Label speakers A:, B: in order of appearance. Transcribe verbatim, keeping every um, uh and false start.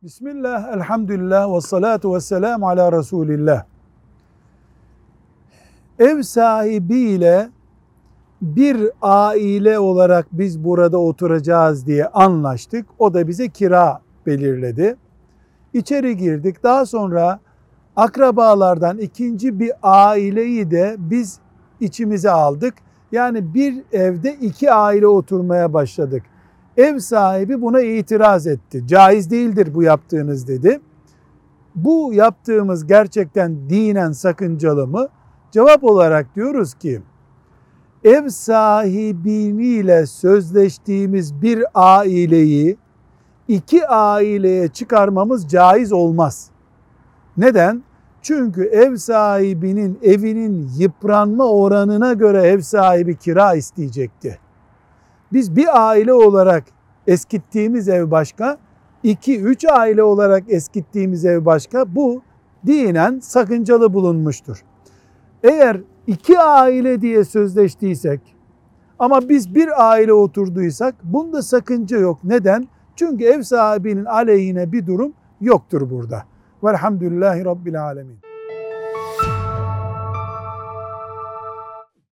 A: Bismillah, elhamdülillah ve salatu ve selamu ala Resulillah. Ev sahibiyle bir aile olarak biz burada oturacağız diye anlaştık. O da bize kira belirledi. İçeri girdik. Daha sonra akrabalardan ikinci bir aileyi de biz içimize aldık. Yani bir evde iki aile oturmaya başladık. Ev sahibi buna itiraz etti. Caiz değildir bu yaptığınız dedi. Bu yaptığımız gerçekten dinen sakıncalı mı? Cevap olarak diyoruz ki ev sahibiyle sözleştiğimiz bir aileyi iki aileye çıkarmamız caiz olmaz. Neden? Çünkü ev sahibinin evinin yıpranma oranına göre ev sahibi kira isteyecekti. Biz bir aile olarak eskittiğimiz ev başka, iki üç aile olarak eskittiğimiz ev başka. Bu dinen sakıncalı bulunmuştur. Eğer iki aile diye sözleştiysek ama biz bir aile oturduysak bunda sakınca yok. Neden? Çünkü ev sahibinin aleyhine bir durum yoktur burada. Velhamdülillahi Rabbil Alemin.